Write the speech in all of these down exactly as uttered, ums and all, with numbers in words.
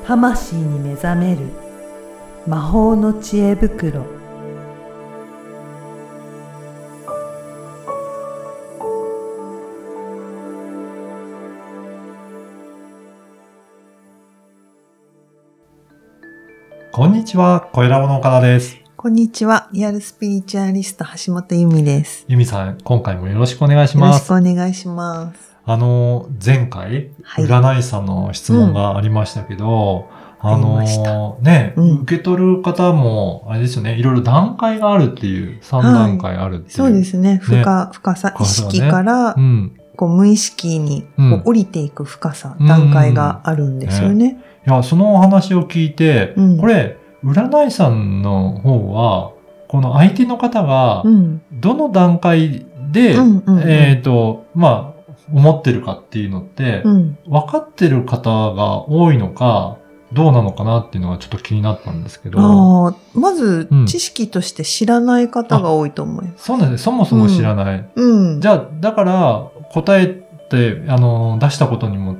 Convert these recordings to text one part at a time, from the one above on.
魂に目覚める魔法の知恵袋。 こんにちは、小ラボの岡田です。 こんにちは、リアルスピリチュアリスト橋本由美です。 由美さん、今回もよろしくお願いします。 よろしくお願いします。 あの、前回、はい、占い師さんの質問がありましたけど、うん、あの、ね、うん、受け取る方も、あれですよね、いろいろ段階があるっていう、さんだんかいあるっていう。はい、 そうですね、深、深さ、意識から、ね、うん、こう無意識にこう降りていく深さ、うん、段階があるんですよね。ね、 いや、そのお話を聞いて、うん、これ、占い師さんの方は、この相手の方が、どの段階で、えっと、まあ、思ってるかっていうのって、うん、分かってる方が多いのか、どうなのかなっていうのがちょっと気になったんですけど。 あ、まず、知識として知らない方が多いと思います。 そうなんです。そもそも知らない。うんうん、じゃあ、だから、答えて、あの、出したことによって、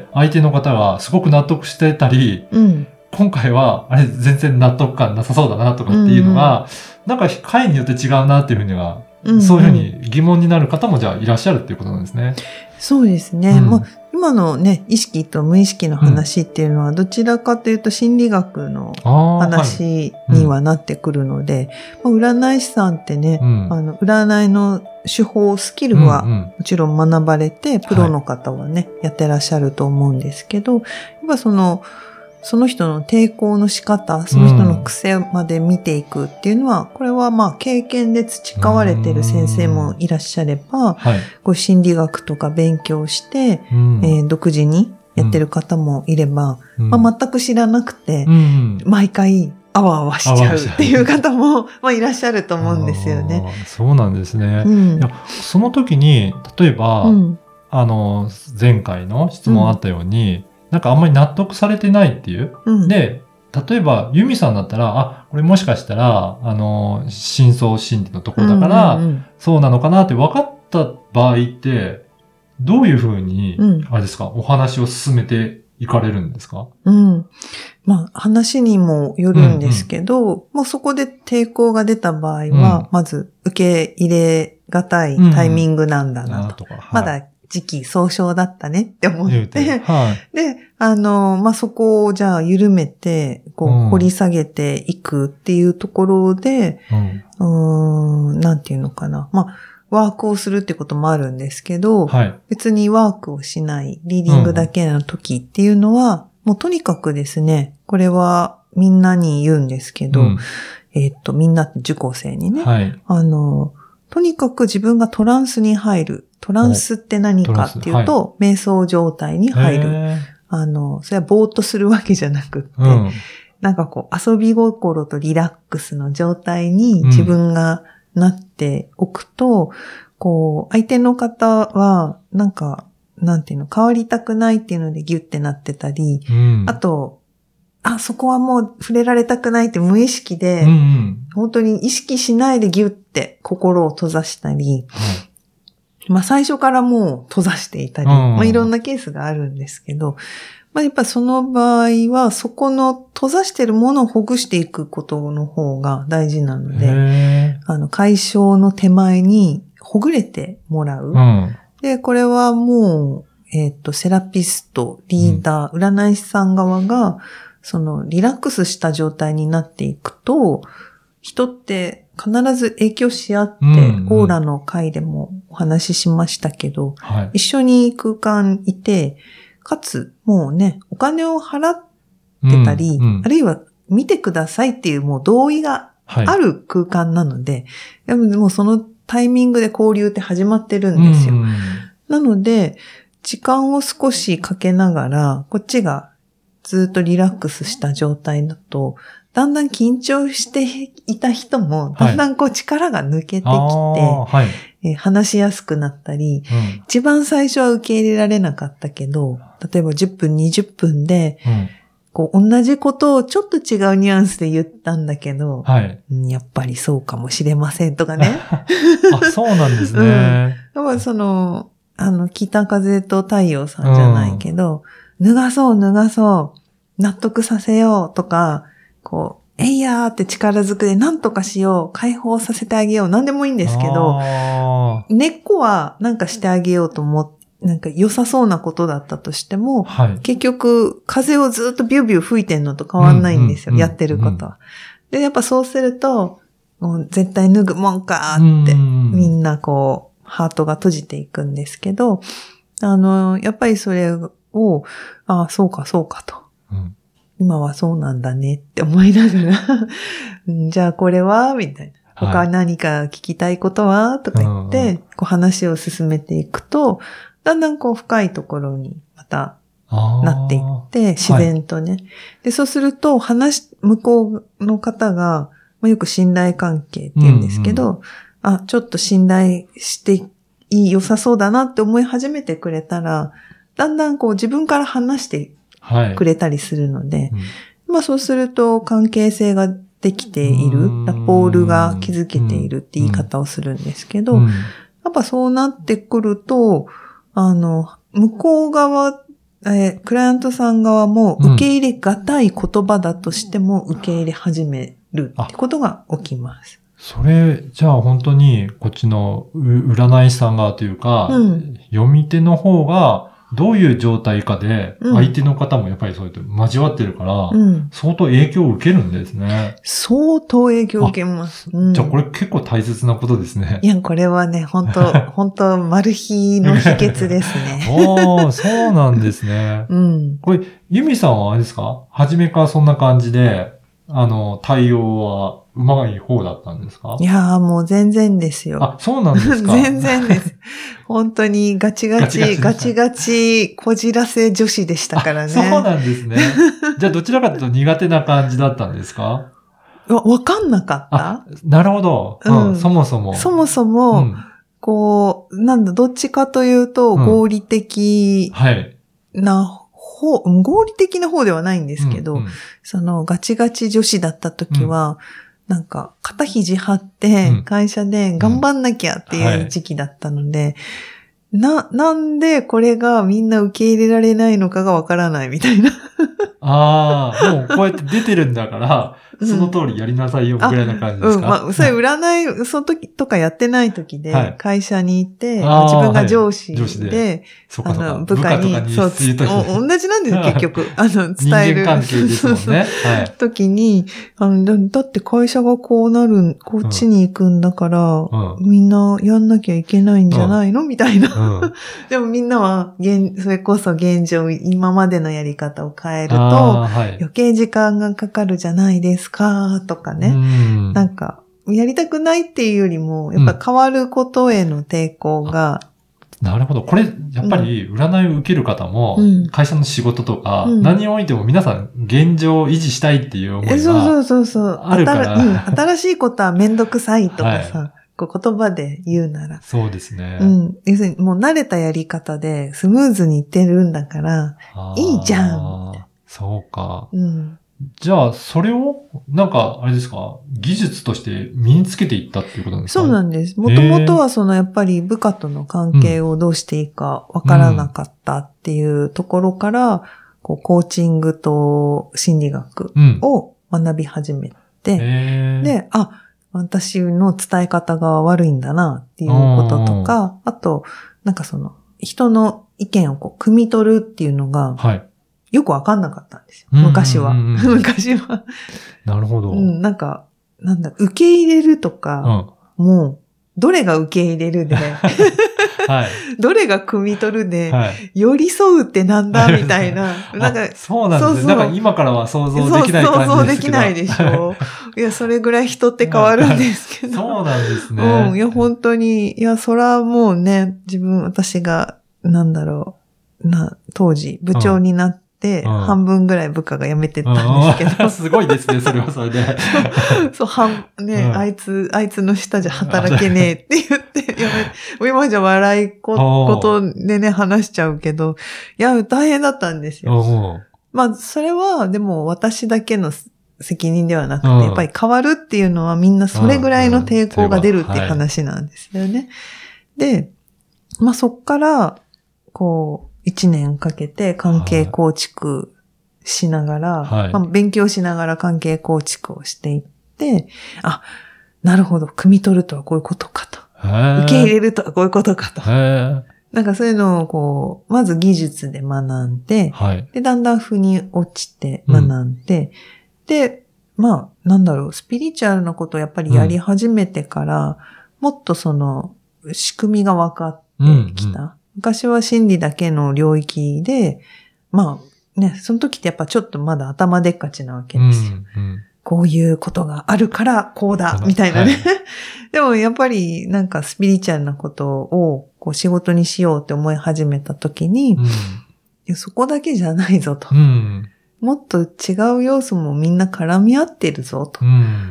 相手の方がすごく納得してたり、うん、今回は、あれ、全然納得感なさそうだなとかっていうのが、うんうん、なんか回によって違うなっていうふうには、うんうん、そういうふうに疑問になる方もじゃあいらっしゃるっていうことなんですね。 そうですね。うん、もう今のね、意識と無意識の話っていうのは、どちらかというと心理学の話にはなってくるので、はい、うん、占い師さんってね、うん、あの、占いの手法、スキルはもちろん学ばれて、うんうん、プロの方はね、はい、やってらっしゃると思うんですけど、やっぱその、その人の抵抗の仕方、その人の癖まで見ていくっていうのは、うん、これはまあ経験で培われている先生もいらっしゃれば、はい、こう心理学とか勉強して、うん、えー、独自にやってる方もいれば、うん、まあ、全く知らなくて、うん、毎回あわあわしちゃうっていう方もまあいらっしゃると思うんですよね。 そうなんですね。うん、いやその時に、例えば、うん、あの、前回の質問あったように、うん、なんかあんまり納得されてないっていう。うん、で、例えば、ユミさんだったら、あ、これもしかしたら、あの、深層心理のところだから、うんうんうん、そうなのかなって分かった場合って、どういうふうに、うん、あれですか、お話を進めていかれるんですか？ うん。まあ、話にもよるんですけど、うんうん、もうそこで抵抗が出た場合は、うん、まず受け入れがたいタイミングなんだなと。うんうん、まだ時期尚早だったねって思って、はい、で、あの、まあ、そこをじゃあ緩めて、こう、うん、掘り下げていくっていうところで、うん、うーん、なんていうのかな。まあ、ワークをするってこともあるんですけど、はい、別にワークをしない、リーディングだけの時っていうのは、うん、もうとにかくですね、これはみんなに言うんですけど、うん、えっと、みんなって受講生にね、はい、あの、とにかく自分がトランスに入る。トランスって何かっていうと、はい、瞑想状態に入る。あの、それはぼーっとするわけじゃなくって、うん、なんかこう遊び心とリラックスの状態に自分がなっておくと、うん、こう、相手の方は、なんか、なんていうの、変わりたくないっていうのでギュッてなってたり、うん、あと、あ、そこはもう触れられたくないって無意識で、うんうん、本当に意識しないでギュッて心を閉ざしたり、うん、まあ最初からもう閉ざしていたり、うん、まあいろんなケースがあるんですけど、まあやっぱその場合はそこの閉ざしているものをほぐしていくことの方が大事なので、あの解消の手前にほぐれてもらう。うん、で、これはもう、えっと、セラピスト、リーダー、うん、占い師さん側が、そのリラックスした状態になっていくと、人って必ず影響し合って、うんうん、オーラの回でもお話ししましたけど、はい、一緒に空間いて、かつもうね、お金を払ってたり、うんうん、あるいは見てくださいっていうもう同意がある空間なので、はい、でもそのタイミングで交流って始まってるんですよ。うんうん、なので、時間を少しかけながら、こっちがずっとリラックスした状態だと、だんだん緊張していた人も、だんだんこう力が抜けてきて、はい、え話しやすくなったり、うん、一番最初は受け入れられなかったけど、例えばじゅっぷん、にじゅっぷんで、うん、こう同じことをちょっと違うニュアンスで言ったんだけど、はい、やっぱりそうかもしれませんとかね。 あ、そうなんですね。うん、やっぱその、あの、北風と太陽さんじゃないけど、うん、脱がそう脱がそう。 納得させようとか、こう、えいやーって力ずくで何とかしよう、解放させてあげよう、何でもいいんですけど、根っこはなんかしてあげようと思って、なんか良さそうなことだったとしても、はい、結局、風をずっとビュービュー吹いてんのと変わんないんですよ、うんうんうんうん、やってることは。で、やっぱそうすると、もう絶対脱ぐもんかーって、みんなこう、ハートが閉じていくんですけど、あの、やっぱりそれを、ああ、そうかそうかと、うん。今はそうなんだねって思いながら、じゃあこれはみたいな。他何か聞きたいことはとか言って、こう話を進めていくと、だんだんこう深いところにまたなっていって、自然とね、はい。で、そうすると話、向こうの方が、まあ、よく信頼関係って言うんですけど、うんうん、あ、ちょっと信頼していい、良さそうだなって思い始めてくれたら、だんだんこう自分から話してくれたりするので、はいうん、まあそうすると関係性ができている、ラポールが築けているって言い方をするんですけど、うんうん、やっぱそうなってくると、あの、向こう側、えー、クライアントさん側も受け入れがたい言葉だとしても受け入れ始めるってことが起きます。 それ、じゃあ本当にこっちの占い師さん側というか、うん、読み手の方がどういう状態かで、相手の方もやっぱりそうやって交わってるから、うん、相当影響を受けるんですね。 相当影響を受けます。 うん、じゃあこれ結構大切なことですね。 いや、これはね、本当本当マル秘の秘訣ですね。 おー、そうなんですね。うん、これ、ユミさんはあれですか？初めからそんな感じで、あの、対応はうまい方だったんですか？ いやーもう全然ですよ。 あ、そうなんですか？ 全然です。本当にガチガチ、ガチガチ、ガチガチこじらせ女子でしたからね。 そうなんですね。じゃあどちらかというと苦手な感じだったんですか？ わ、わかんなかった？ なるほど、うん。そもそも。 そもそも、うん、こう、なんだ、どっちかというと合理的な、うんはい方、合理的な方ではないんですけど、うんうん、そのガチガチ女子だった時は、うん、なんか肩肘張って会社で頑張んなきゃっていう時期だったので、うんうんはい、な、なんでこれがみんな受け入れられないのかがわからないみたいな。 ああ、もうこうやって出てるんだから、その通りやりなさいよぐらいな感じですか？ うん、まあ、それ占い、その時とかやってない時で、会社に行って、はい、自分が上司で、はい、司であの、部下に、 部下そう、同じなんですよ、結局。あの、伝える。 人間関係ですもんね。はい。 時に、あの、だって会社がこうなる、こっちに行くんだから、うん、みんなやんなきゃいけないんじゃないの、うん、みたいな。うん、でもみんなは、現、それこそ現状、今までのやり方を変えると、はい、余計時間がかかるじゃないですか、とかね。んなんか、やりたくないっていうよりも、やっぱ変わることへの抵抗が、 うん、なるほど。これ、やっぱり占いを受ける方も、会社の仕事とか、うん、何においても皆さん現状を維持したいっていう思いがあるから。 そうそうそうそう。新しいことはめんどくさいとかさ、はいこう言葉で言うなら。 そうですね。 うん。要するにもう慣れたやり方でスムーズにいってるんだから、いいじゃん。 そうか。うん。じゃあ、それを、なんか、あれですか、技術として身につけていったっていうことなんですか？ そうなんです。もともとはその、やっぱり部下との関係をどうしていいかわからなかったっていうところから、うん、こう、コーチングと心理学を学び始めて、うん、で、あ、私の伝え方が悪いんだなっていうこととか、あと、なんかその、人の意見をこう、汲み取るっていうのが、はい。よくわかんなかったんですよ。昔は。昔は。 なるほど。 うん、なんか、なんだ、受け入れるとか、うん、もう、どれが受け入れるで、はい、どれが汲み取るで、はい、寄り添うってなんだみたいな。なんかそうなんですね。そうそうなんか今からは想像できない感じですけど。 想像できないでしょ。いや、それぐらい人って変わるんですけど。 そうなんですね。 うん。いや、本当に、いや、そらもうね、自分、私が、なんだろう、な、当時、部長になって、で、うん、半分ぐらい部下が辞めてったんですけど。 うん、すごいですね、それはそれで。 そう、半、ね、うん、あいつ、あいつの下じゃ働けねえって言って辞め、今じゃ笑いこ、ことでね、話しちゃうけど、いや、大変だったんですよ。まあ、それは、でも私だけの責任ではなくて、やっぱり変わるっていうのはみんなそれぐらいの抵抗が出るっていう話なんですよね。で、まあそっから、こう、一年かけて関係構築しながら、 はいまあ、勉強しながら関係構築をしていって、あ、なるほど、汲み取るとはこういうことかと。受け入れるとはこういうことかと。 へなんかそういうのをこう、まず技術で学んで、 はい、 で、だんだん腑に落ちて学んで、うん、で、まあ、なんだろう、スピリチュアルなことをやっぱりやり始めてから、うん、もっとその、仕組みが分かってきた。うんうん、昔は心理だけの領域で、まあね、その時ってやっぱちょっとまだ頭でっかちなわけですよ。うんうん、こういうことがあるからこうだ、みたいなね。はい、でもやっぱりなんかスピリチュアルなことをこう仕事にしようって思い始めた時に、うん、いやそこだけじゃないぞと。うん、もっと違う要素もみんな絡み合ってるぞと。うん、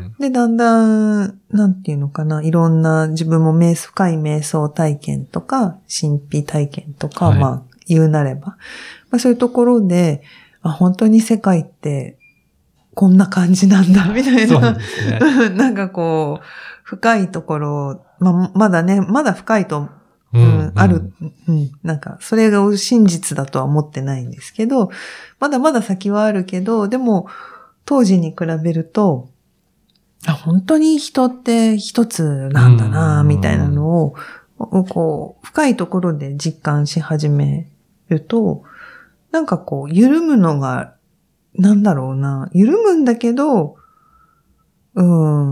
で、だんだん、なんていうのかな、いろんな自分も瞑深い瞑想体験とか、神秘体験とか、はい、まあ言うなれば、まあ、そういうところで、あ、本当に世界ってこんな感じなんだ、みたいな。そうですね。なんかこう、深いところ、まあ、まだね、まだ深いと、うんうん、ある、うん、なんか、それが真実だとは思ってないんですけど、まだまだ先はあるけど、でも、当時に比べると、あ、本当に人って一つなんだな、みたいなのを、こう、深いところで実感し始めると、なんかこう、緩むのが、なんだろうな、緩むんだけど、うん、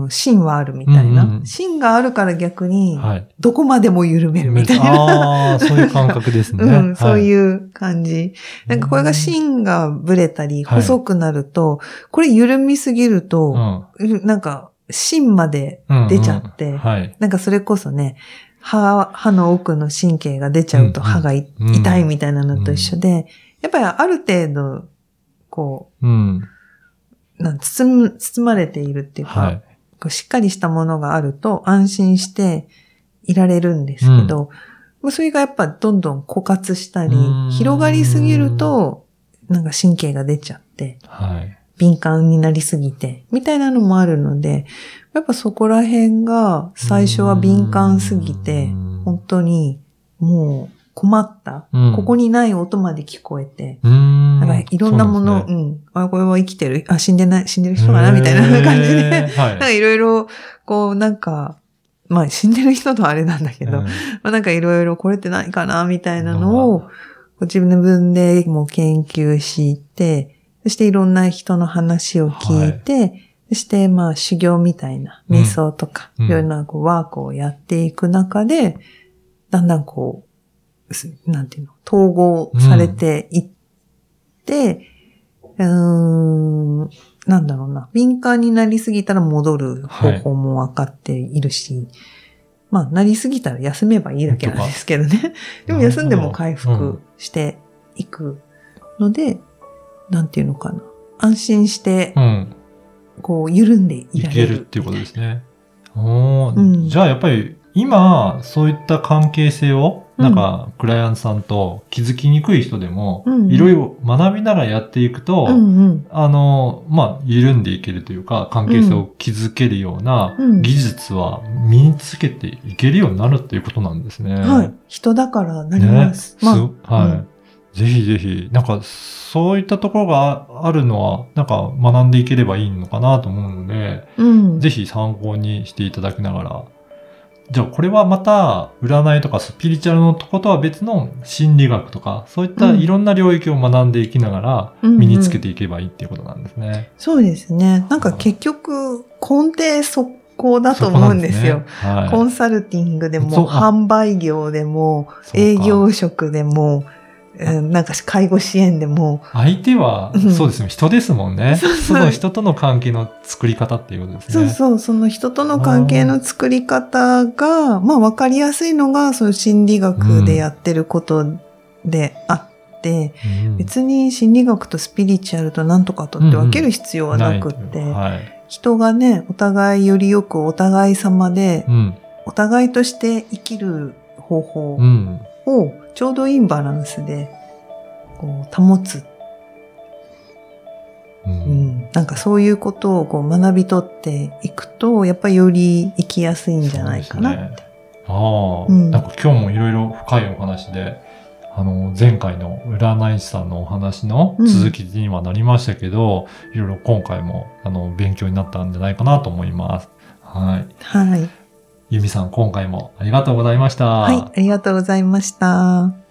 芯はあるみたいな。うんうん、芯があるから逆に、どこまでも緩めるみたいな。 はい、ああ、そういう感覚ですね。 うん、そういう感じ。なんかこれが芯がぶれたり、細くなると、はい、これ緩みすぎると、うん、なんか芯まで出ちゃって、うんうんはい、なんかそれこそね、歯、歯の奥の神経が出ちゃうと歯が、うんうん、痛いみたいなのと一緒で、うん、やっぱりある程度、こう、うんなん包む、包まれているっていうか、はい、こうしっかりしたものがあると安心していられるんですけど、うん、それがやっぱどんどん枯渇したり、広がりすぎると、なんか神経が出ちゃって、はい、敏感になりすぎて、みたいなのもあるので、やっぱそこら辺が最初は敏感すぎて、本当にもう困った、うん。ここにない音まで聞こえて。うーん。だからいろんなもの、う, ね、うん。あ、これは生きてる。あ、死んでない、死んでる人かなみたいな感じで。はい、なんかいろいろ、こう、なんか、まあ死んでる人とはあれなんだけど、まあなんかいろいろこれって何かなみたいなのを、自分でも研究して、そしていろんな人の話を聞いて、はい、そしてまあ修行みたいな瞑想とか、いろんなこうワークをやっていく中で、だんだんこう、なんていうの、統合されていって、うん、うーん、なんだろうな、敏感になりすぎたら戻る方法も分かっているし、はい、まあ、なりすぎたら休めばいいだけなんですけどね。でも休んでも回復していくので、うん、なんていうのかな、安心して、うん、こう、緩んでいられる。いけるっていうことですね。おー、うん、じゃあやっぱり、今、そういった関係性を、なんか、クライアントさんと気づきにくい人でも、いろいろ学びながらやっていくと、うんうん、あの、まあ、緩んでいけるというか、関係性を築けるような技術は身につけていけるようになるっていうことなんですね。 はい。人だからなります。 ね、まあ、はい、うん。ぜひぜひ、なんか、そういったところがあるのは、なんか学んでいければいいのかなと思うので、うん、ぜひ参考にしていただきながら、じゃあこれはまた占いとかスピリチュアルのとことは別の心理学とかそういったいろんな領域を学んでいきながら身につけていけばいいっていうことなんですね。うんうん、 そうですね。なんか結局根底そこだと思うんですよ。すねはい、コンサルティングでも販売業でも営業職でもなんか介護支援でも。 相手は、うん、そうですね、人ですもんね。そうそうその人との関係の作り方っていうことですね。 そうそう、その人との関係の作り方が、まあ分かりやすいのが、その心理学でやってることであって、うん、別に心理学とスピリチュアルとなんとかとって分ける必要はなくって、うんうんはい、人がね、お互いよりよくお互い様で、うん、お互いとして生きる方法を、ちょうどいいバランスでこう保つ、うんうん、なんかそういうことをこう学び取っていくとやっぱりより生きやすいんじゃないかなって。 ああ、うん、なんか今日もいろいろ深いお話で、 あの、前回の占い師さんのお話の続きにはなりましたけど、うん、いろいろ今回も、あの、勉強になったんじゃないかなと思います。はい。 はい。 由美さん、今回もありがとうございました。 はい、ありがとうございました。